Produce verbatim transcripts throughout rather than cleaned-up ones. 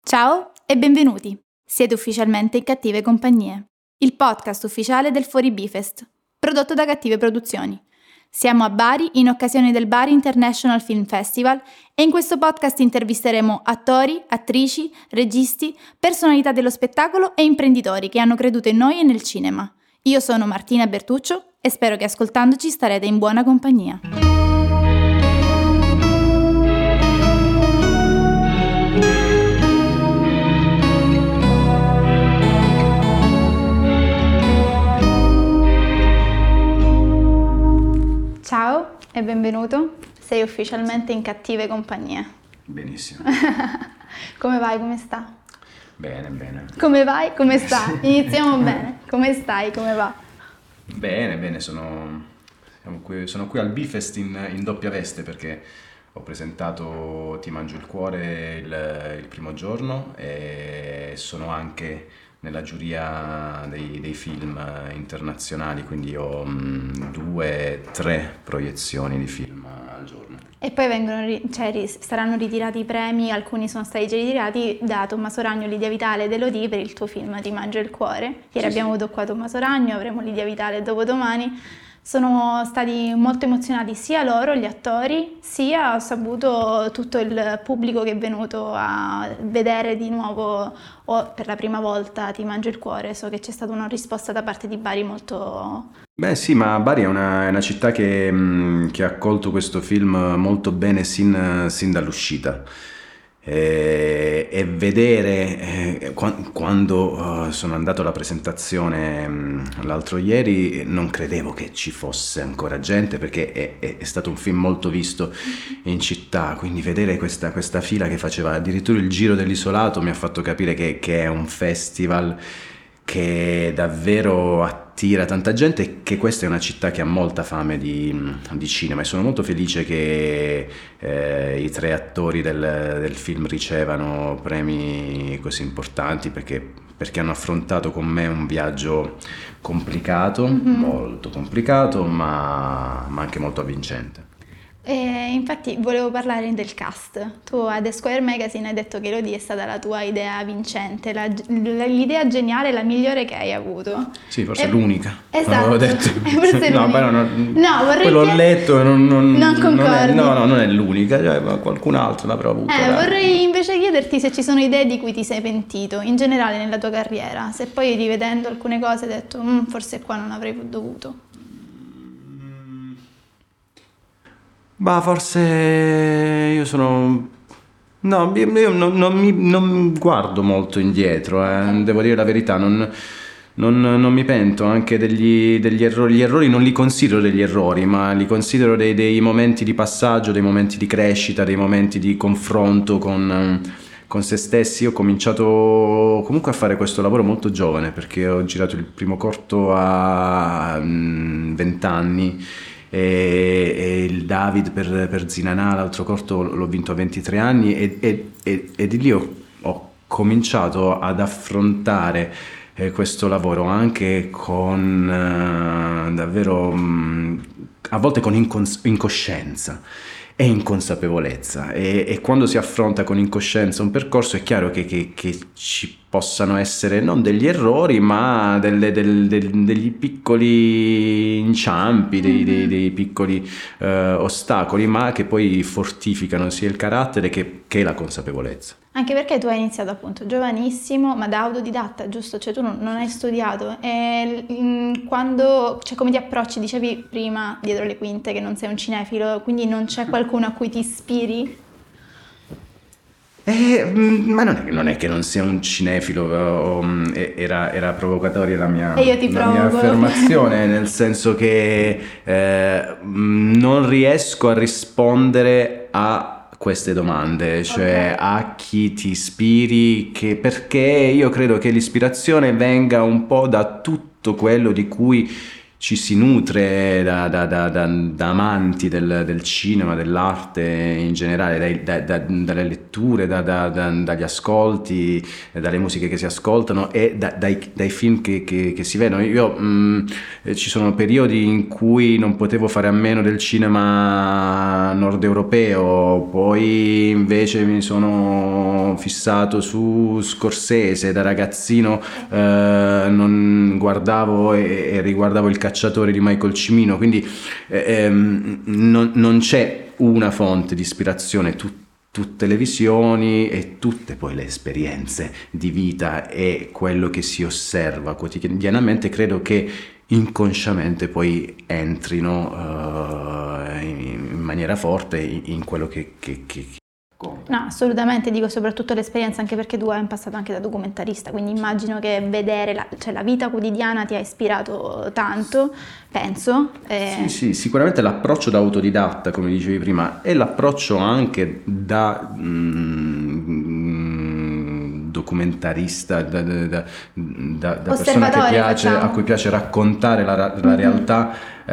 Ciao e benvenuti! Siete ufficialmente in Cattive Compagnie, il podcast ufficiale del Fuori Bifest, prodotto da Cattive Produzioni. Siamo a Bari in occasione del Bari International Film Festival e in questo podcast intervisteremo attori, attrici, registi, personalità dello spettacolo e imprenditori che hanno creduto in noi e nel cinema. Io sono Martina Bertuccio e spero che ascoltandoci starete in buona compagnia. Ciao e benvenuto, sei ufficialmente in Cattive Compagnie. Benissimo. Come vai, come sta? Bene, bene. Come vai, come sta? Iniziamo bene. Come stai, come va? Bene, bene, sono, siamo qui, sono qui al Bifest in, in doppia veste perché ho presentato Ti mangio il cuore il, il primo giorno e sono anche nella giuria dei, dei film internazionali, quindi ho mh, due, tre proiezioni di film al giorno. E poi vengono, cioè, saranno ritirati i premi, alcuni sono stati già ritirati, da Tommaso Ragno, Lidia Vitale e Elodie per il tuo film Ti mangio il cuore. Ieri sì, abbiamo sì. avuto qua Tommaso Ragno, avremo Lidia Vitale dopodomani. Sono stati molto emozionati sia loro, gli attori, sia ho saputo tutto il pubblico che è venuto a vedere di nuovo o per la prima volta Ti mangio il cuore. So che c'è stata una risposta da parte di Bari molto... Beh sì, ma Bari è una, è una città che, mh, che ha accolto questo film molto bene sin, sin dall'uscita. E, e vedere eh, quando, quando uh, sono andato alla presentazione mh, l'altro ieri non credevo che ci fosse ancora gente perché è, è, è stato un film molto visto in città, quindi vedere questa, questa fila che faceva addirittura il giro dell'Isolato mi ha fatto capire che, che è un festival che davvero attira tanta gente e che questa è una città che ha molta fame di, di cinema, e sono molto felice che eh, i tre attori del, del film ricevano premi così importanti perché, perché hanno affrontato con me un viaggio complicato, mm-hmm. molto complicato, ma, ma anche molto avvincente. E infatti volevo parlare del cast. Tu a The Square Magazine hai detto che Elodie è stata la tua idea vincente, la, l'idea geniale, la migliore che hai avuto. Sì, forse e, è l'unica. Esatto. L'avevo detto. Forse è no, l'unica. però non, no, vorrei poi l'ho che... letto e non, non, non concordi. Non è, no, no, non è l'unica, cioè, qualcun altro l'avrà avuto. Eh, dai. vorrei invece chiederti se ci sono idee di cui ti sei pentito, in generale nella tua carriera, se poi rivedendo alcune cose hai detto forse qua non avrei dovuto. Bah, forse io sono... No, io non, non, mi, non guardo molto indietro, eh. Devo dire la verità, non, non, non mi pento anche degli, degli errori. Gli errori non li considero degli errori, ma li considero dei, dei momenti di passaggio, dei momenti di crescita, dei momenti di confronto con, con se stessi. Io ho cominciato comunque a fare questo lavoro molto giovane, perché ho girato il primo corto a vent'anni. E, e il David per, per Zinanà, l'altro corto l'ho vinto a ventitré anni e, e, e, e di lì ho, ho cominciato ad affrontare eh, questo lavoro anche con eh, davvero mh, a volte con incons- incoscienza e inconsapevolezza, e, e quando si affronta con incoscienza un percorso è chiaro che, che, che ci possano essere non degli errori ma delle, del, del, degli piccoli inciampi, dei, dei, dei piccoli eh, ostacoli, ma che poi fortificano sia il carattere che, che la consapevolezza. Anche perché tu hai iniziato appunto giovanissimo, ma da autodidatta, giusto? Cioè tu non, non hai studiato e mh, quando, cioè come ti approcci, dicevi prima dietro le quinte che non sei un cinefilo, quindi non c'è qualcuno a cui ti ispiri? Eh, ma non è, non è che non sia un cinefilo, o, era, era provocatoria la mia, e io ti la mia affermazione, nel senso che eh, non riesco a rispondere a queste domande, cioè okay. a chi ti ispiri, che, perché io credo che l'ispirazione venga un po' da tutto quello di cui ci si nutre da, da, da, da, da amanti del, del cinema, dell'arte in generale, dai, da, da, dalle letture, da, da, da, dagli ascolti, dalle musiche che si ascoltano e da, dai, dai film che, che, che si vedono. Io mh, ci sono periodi in cui non potevo fare a meno del cinema nord europeo, poi invece mi sono fissato su Scorsese. Da ragazzino eh, non guardavo e, e riguardavo Il Cacciatore di Michael Cimino, quindi eh, ehm, non, non c'è una fonte di ispirazione, tu, tutte le visioni e tutte poi le esperienze di vita e quello che si osserva quotidianamente credo che inconsciamente poi entrino uh, in, in maniera forte in, in quello che, che, che No, assolutamente, dico soprattutto l'esperienza, anche perché tu hai in passato anche da documentarista, quindi immagino che vedere la, cioè la vita quotidiana ti ha ispirato tanto, penso. E... Sì, sì, sicuramente l'approccio da autodidatta, come dicevi prima, e l'approccio anche da mm, documentarista, da, da, da, da persona che piace, a cui piace raccontare la, la mm-hmm. realtà,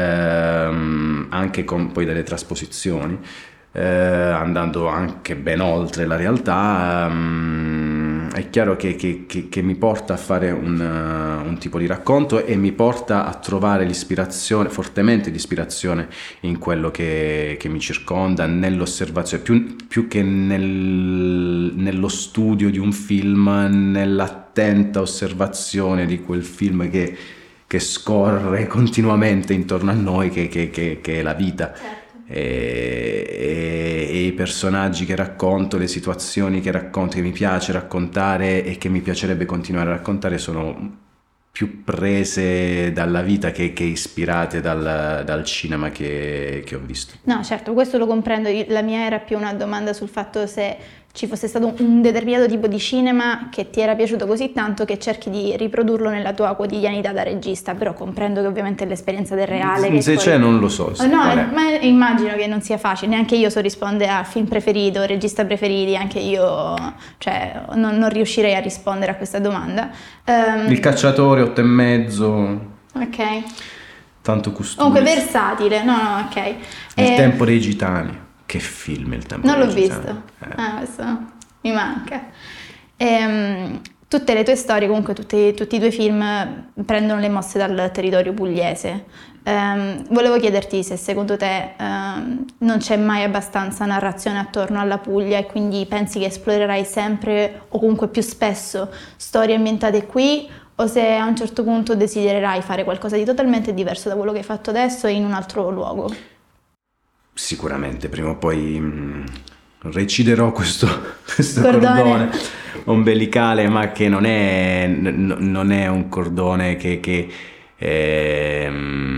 ehm, anche con poi delle trasposizioni. Eh, andando anche ben oltre la realtà, um, è chiaro che, che, che, che mi porta a fare un, uh, un tipo di racconto e mi porta a trovare l'ispirazione, fortemente l'ispirazione in quello che, che mi circonda, nell'osservazione, più, più che nel, nello studio di un film, nell'attenta osservazione di quel film che, che scorre continuamente intorno a noi, che, che, che, che è la vita. Certo. E, e, e i personaggi che racconto, le situazioni che racconto, che mi piace raccontare e che mi piacerebbe continuare a raccontare, sono più prese dalla vita che, che ispirate dal, dal cinema che, che ho visto. No, certo, questo lo comprendo. La mia era più una domanda sul fatto se ci fosse stato un determinato tipo di cinema che ti era piaciuto così tanto che cerchi di riprodurlo nella tua quotidianità da regista, però comprendo che ovviamente l'esperienza del reale... Se che c'è poi... non lo so. Oh, no, ma immagino che non sia facile, neanche io so rispondere a film preferito, regista preferiti, anche io cioè, non, non riuscirei a rispondere a questa domanda. Um... Il Cacciatore, otto e mezzo. Ok. Tanto costume. Comunque versatile, no, no, ok. Il e... tempo dei gitani. Che film Il tempo non dei l'ho gitani. visto, eh. ah, questo mi manca. Ehm, tutte le tue storie, comunque tutti, tutti i tuoi film prendono le mosse dal territorio pugliese. Ehm, volevo chiederti se secondo te ehm, non c'è mai abbastanza narrazione attorno alla Puglia e quindi pensi che esplorerai sempre o comunque più spesso storie ambientate qui, o se a un certo punto desidererai fare qualcosa di totalmente diverso da quello che hai fatto adesso e in un altro luogo. Sicuramente prima o poi mh, reciderò questo, questo cordone. cordone ombelicale, ma che non è, n- non è un cordone che, che, eh,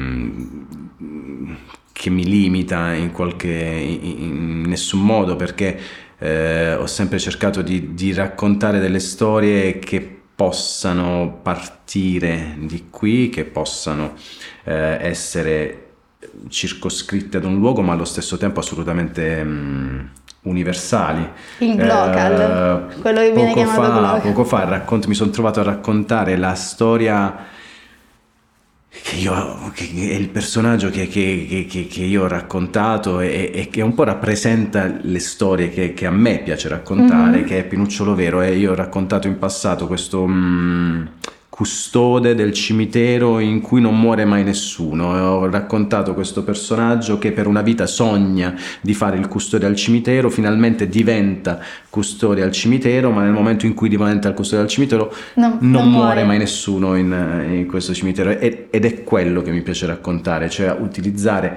che mi limita in, qualche, in, in nessun modo, perché eh, ho sempre cercato di, di raccontare delle storie che possano partire di qui, che possano eh, essere circoscritte ad un luogo ma allo stesso tempo assolutamente um, universali. Il glocal, eh, quello che viene chiamato fa, glocal. Poco fa racconto, mi sono trovato a raccontare la storia che io, che, che è il personaggio che, che, che, che io ho raccontato e, e che un po' rappresenta le storie che, che a me piace raccontare, mm-hmm. che è Pinucciolo Vero, e io ho raccontato in passato questo mm, custode del cimitero in cui non muore mai nessuno, e ho raccontato questo personaggio che per una vita sogna di fare il custode al cimitero, finalmente diventa custode al cimitero, ma nel momento in cui diventa il custode al cimitero no, non, non muore. muore mai nessuno in, in questo cimitero, ed, ed è quello che mi piace raccontare, cioè utilizzare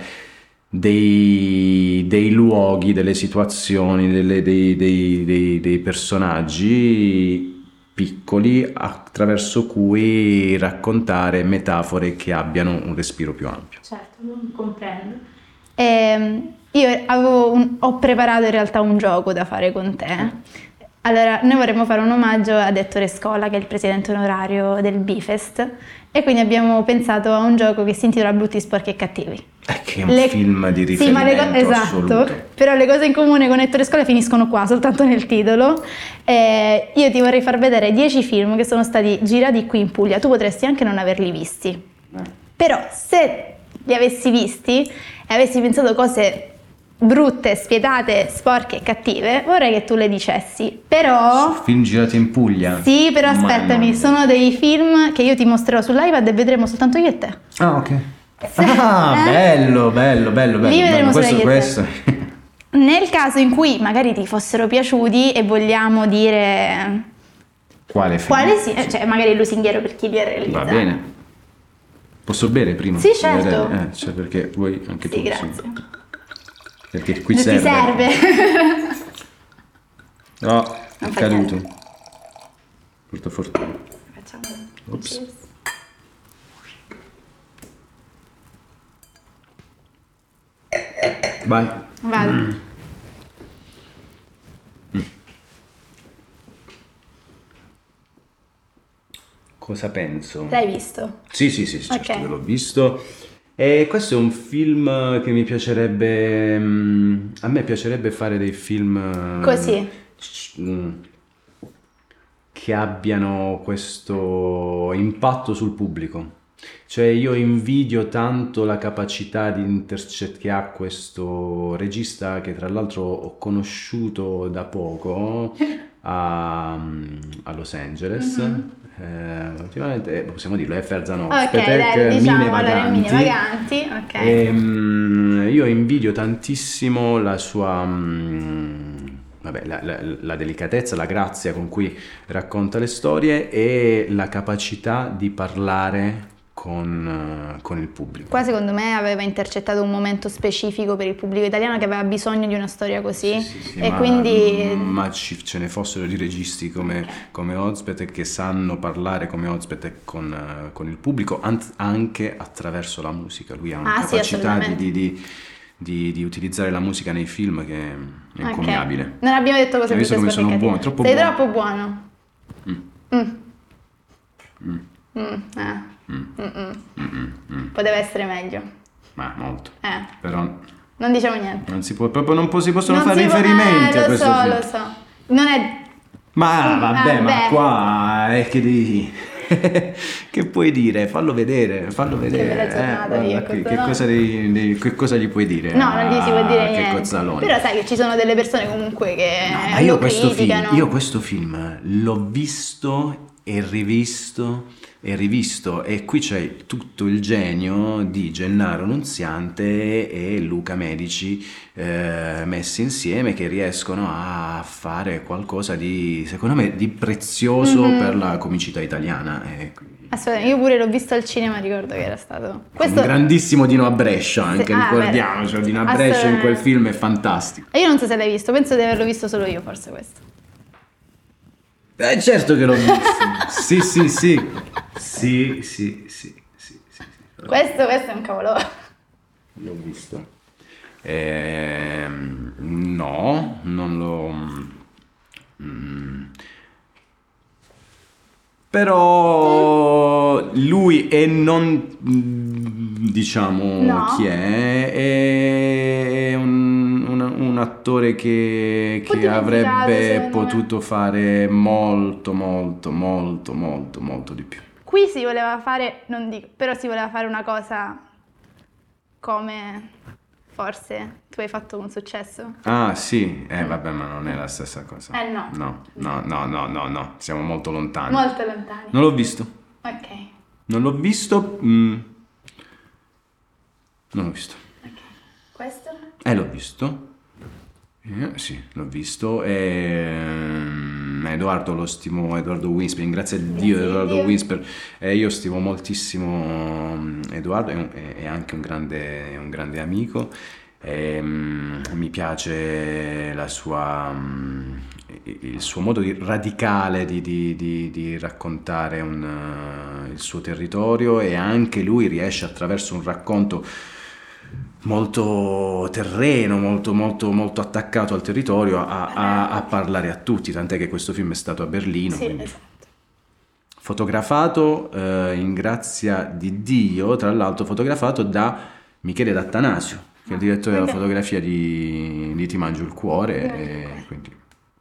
dei, dei luoghi, delle situazioni, delle, dei, dei, dei, dei personaggi piccoli attraverso cui raccontare metafore che abbiano un respiro più ampio. Certo, comprendo. Eh, io avevo un, ho preparato in realtà un gioco da fare con te. Allora, noi vorremmo fare un omaggio ad Ettore Scola, che è il presidente onorario del Bifest, e quindi abbiamo pensato a un gioco che si intitola Brutti, Sporchi e Cattivi. È che è un le... film di riferimento, sì, ma le co- esatto, assoluto. Però le cose in comune con Ettore Scola finiscono qua, soltanto nel titolo. Eh, io ti vorrei far vedere dieci film che sono stati girati qui in Puglia. Tu potresti anche non averli visti, Però se li avessi visti e avessi pensato cose brutte, spietate, sporche e cattive, vorrei che tu le dicessi. Però... Film girati in Puglia? Sì, però Ma aspettami, non- sono dei film che io ti mostrerò sull'iPad e vedremo soltanto io e te. Ah, ok. Ah, Eh? bello, bello, bello, bello. Li vedremo bello. solo Questo, io e te. questo. Nel caso in cui magari ti fossero piaciuti e vogliamo dire Quale film? quale sì, eh, cioè magari il lusinghiero per chi li ha realizzati. Va bene. Posso bere prima? Sì, certo. Eh, cioè perché vuoi anche Sì, tu? grazie. Perché qui Non ti serve. serve. No, è Non fa caduto. Porta fortuna. Facciamo. Ops. Cheers. Vai. Vado. Mm. Cosa penso? L'hai visto? Sì, sì, sì, certo Ok. che l'ho visto. E questo è un film che mi piacerebbe. mm, A me piacerebbe fare dei film. eh, Così. mm, Che abbiano questo impatto sul pubblico. Cioè io invidio tanto la capacità di intercettare che ha questo regista che tra l'altro ho conosciuto da poco a, a Los Angeles. Eh, ultimamente eh, possiamo dirlo, è Ferzan Ok, Özpetek, dai, Mine diciamo allora Mine Vaganti. Vaganti, ok. Ehm, io invidio tantissimo la sua, mm, vabbè, la, la- la delicatezza, la grazia con cui racconta le storie e la capacità di parlare con, eh, con il pubblico. Qua secondo me aveva intercettato un momento specifico per il pubblico italiano che aveva bisogno di una storia così Sì, sì, e ma, quindi ma ci- ce ne fossero di registi come, come Ozpet che sanno parlare come Ozpet con, eh, con il pubblico an- anche attraverso la musica. Lui ha una Ah, sì, capacità di, assolutamente. di- di- di- di utilizzare la musica nei film che è Ok. incommiabile. Non abbiamo detto cosa Hai visto dice come sono Spottek. buono? Troppo Sei buono. troppo buono. Mm. Mm. Mm. Mm, eh. Mm. Mm-mm. Mm, mm, mm. Poteva essere meglio. Ma molto. Eh, Però non diciamo niente. non si può, proprio non po- si possono Non fare si può- riferimenti eh, a lo questo so, film. lo so. Non è... Ma vabbè, ma Vabbè. qua è che devi... che puoi dire? Fallo vedere, fallo vedere. bella giornata, Eh, io, guarda, che, questo che no. cosa devi- devi- che cosa gli puoi dire? No, non gli si può dire Ah, Che niente. cozzalone. Però sai che ci sono delle persone comunque che No, ma io lo questo, film, criticano. io questo film l'ho visto e rivisto e rivisto e qui c'è tutto il genio di Gennaro Nunziante e Luca Medici eh, messi insieme che riescono a fare qualcosa di, secondo me, di prezioso Mhm. per la comicità italiana. E quindi- Assolutamente, io pure l'ho visto al cinema, ricordo che era stato... Un grandissimo Dino a Brescia, anche Sì, ah, ricordiamoci, beh, Dino a Brescia in quel assolutamente. film è fantastico. Io non so se l'hai visto, penso di averlo visto solo io, forse questo. Eh, certo che l'ho visto. Sì, sì, sì. Sì, sì, sì, sì, sì, sì. Questo, questo è un cavolone. L'ho visto. Ehm, no, non l'ho... mm. Però lui e non mm, diciamo No. chi è, è un, un- un attore che, che Utilizzato, avrebbe secondo me. potuto fare molto, molto, molto, molto, molto di più. Qui si voleva fare, non dico, però si voleva fare una cosa come forse tu hai fatto con successo. Ah sì, eh vabbè, ma non è la stessa cosa. Eh, no. No, no, no, no, no, no, siamo molto lontani. Molto lontani. Non l'ho visto. Ok, Non l'ho visto. mm, Non l'ho visto. ok. Questo? Eh, l'ho visto. Eh, sì, l'ho visto. Ehm, Edoardo lo stimo, Edoardo Winsper, grazie a Dio Grazie a Edoardo Dio. Winsper. Eh, io stimo moltissimo mm, Edoardo, è, un- è- è anche un grande, è un grande amico. Ehm, mi piace la sua, mm, il suo modo di- radicale di, di- di- di raccontare un, eh, il suo territorio e anche lui riesce attraverso un racconto molto terreno, molto, molto, molto attaccato al territorio a, a- a parlare a tutti, tant'è che questo film è stato a Berlino, Sì, quindi esatto. fotografato eh, in grazia di Dio, tra l'altro fotografato da Michele D'Attanasio, che è il direttore della ok. fotografia di, di Ti mangio il cuore, Ti mangio il e cuore. quindi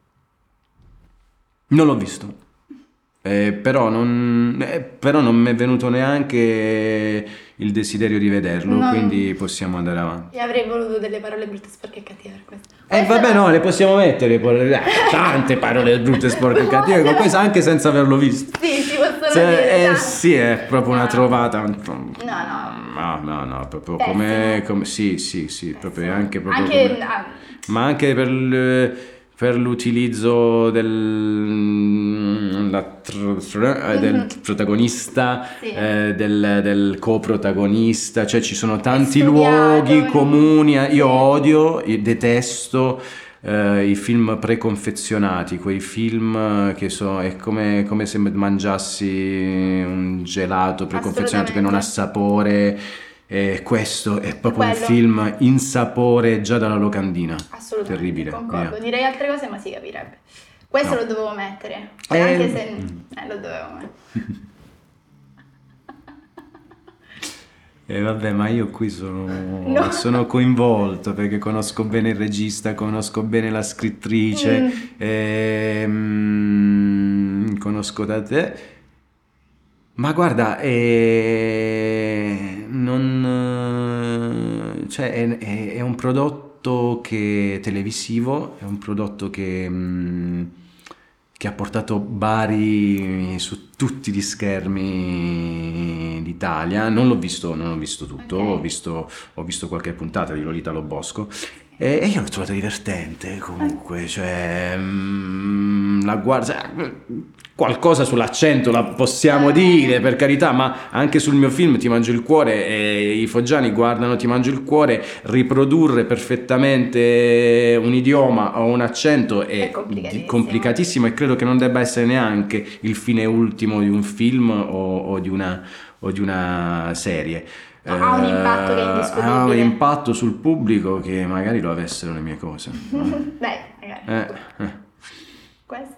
non l'ho visto. Eh, però non, eh, però non mi è venuto neanche il desiderio di vederlo, No. quindi possiamo andare avanti. E avrei voluto delle parole brutte, sporche e cattive per questo. E eh, vabbè, no, le possiamo mettere poi, eh, tante parole brutte, sporche e cattive, con questo anche senza averlo visto. Sì, si possono Cioè, dire. eh, tanto. sì, è proprio una No. trovata. No, no. No, no, no, proprio Pessimo. come, come sì, sì, sì, proprio anche proprio Anche come- ah, ma anche per, l- per l'utilizzo del, la tr- tr- eh, del protagonista, Sì. eh, del, del coprotagonista, cioè ci sono tanti studiato, luoghi comuni. Io sì. odio, io detesto eh, i film preconfezionati, quei film che sono, è come, come se mangiassi un gelato preconfezionato che non ha sapore. E questo è proprio un Quello. film insapore già dalla locandina. assolutamente, Terribile. concordo. via. Direi altre cose, ma si capirebbe. Questo No. lo dovevo mettere, cioè, Eh, anche se mm. eh, lo dovevo mettere. E vabbè, ma io qui sono, No. sono coinvolto perché conosco bene il regista, conosco bene la scrittrice, Mm. e, mm, conosco da te. Ma guarda, eh, non, eh, cioè è, è- è un prodotto che televisivo, è un prodotto che, mm, che ha portato Bari su tutti gli schermi d'Italia. Non l'ho visto, non ho visto tutto, Ok. ho visto, ho visto qualche puntata di Lolita Lobosco. E e io l'ho trovato divertente comunque, cioè mm, la guarda, qualcosa sull'accento la possiamo dire, per carità, ma anche sul mio film Ti mangio il cuore, e i foggiani guardano Ti mangio il cuore, riprodurre perfettamente un idioma o un accento è, È complicatissimo. di- complicatissimo, e credo che non debba essere neanche il fine ultimo di un film o, o di una, o di una serie. Ha un impatto che è Eh, indiscutibile. ha un impatto sul pubblico che magari lo avessero le mie cose. Dai, magari. Eh, eh. Questo.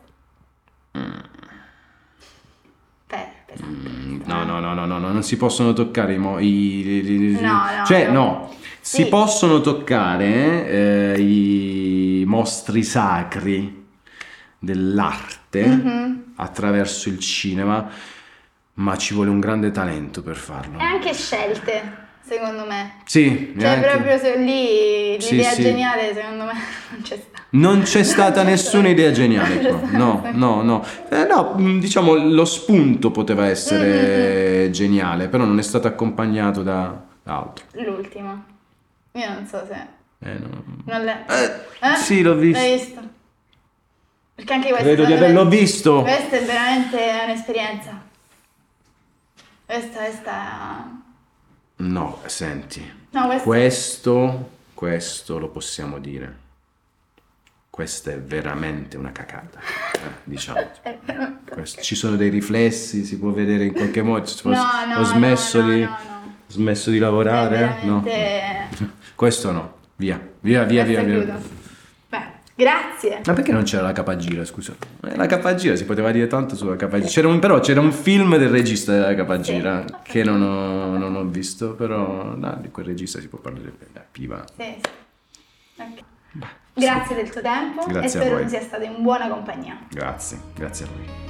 Beh, pesante. Mm, No, no, no, no, no, no, non si possono toccare i, mo- i- i- i- No, no, cioè no. no, si Sì. possono toccare eh, i mostri sacri dell'arte Mhm. attraverso il cinema, ma ci vuole un grande talento per farlo. E anche scelte, secondo me. Sì, Cioè, neanche- proprio se lì Sì, l'idea sì. geniale, secondo me, non c'è stata. Non c'è stata nessuna idea geniale qua. No, no, no. Eh, no, mh, diciamo lo spunto poteva essere geniale, però non è stato accompagnato da da altro. L'ultimo. Io non so se... Eh, no. Non l'hai... Eh, sì, l'ho visto. L'hai visto? Perché anche questo... Credo di secondo me- averlo visto. Questa è veramente un'esperienza. Questa, questa... No, senti. No, questo... Questo, questo lo possiamo dire. Questa è veramente una cacata, eh, diciamo. è veramente- Questo- Ci sono dei riflessi, si può vedere in qualche modo. Ho, No, no, ho smesso no, no, di, no, no. ho smesso di lavorare, È eh? No. veramente... Questo no, via, via, via, via, Questo via. chiudo. Beh, grazie. Ma perché non c'era la Capagira, scusa? Eh, La Capagira, si poteva dire tanto sulla Capagira. C'era un, però c'era un film del regista della Capagira Sì. che non ho, non ho visto, però no, di quel regista si può parlare. Dai, viva. Sì, sì. Ok. Grazie del tuo tempo Grazie e a spero voi. tu sia stato in buona compagnia. Grazie, grazie a voi.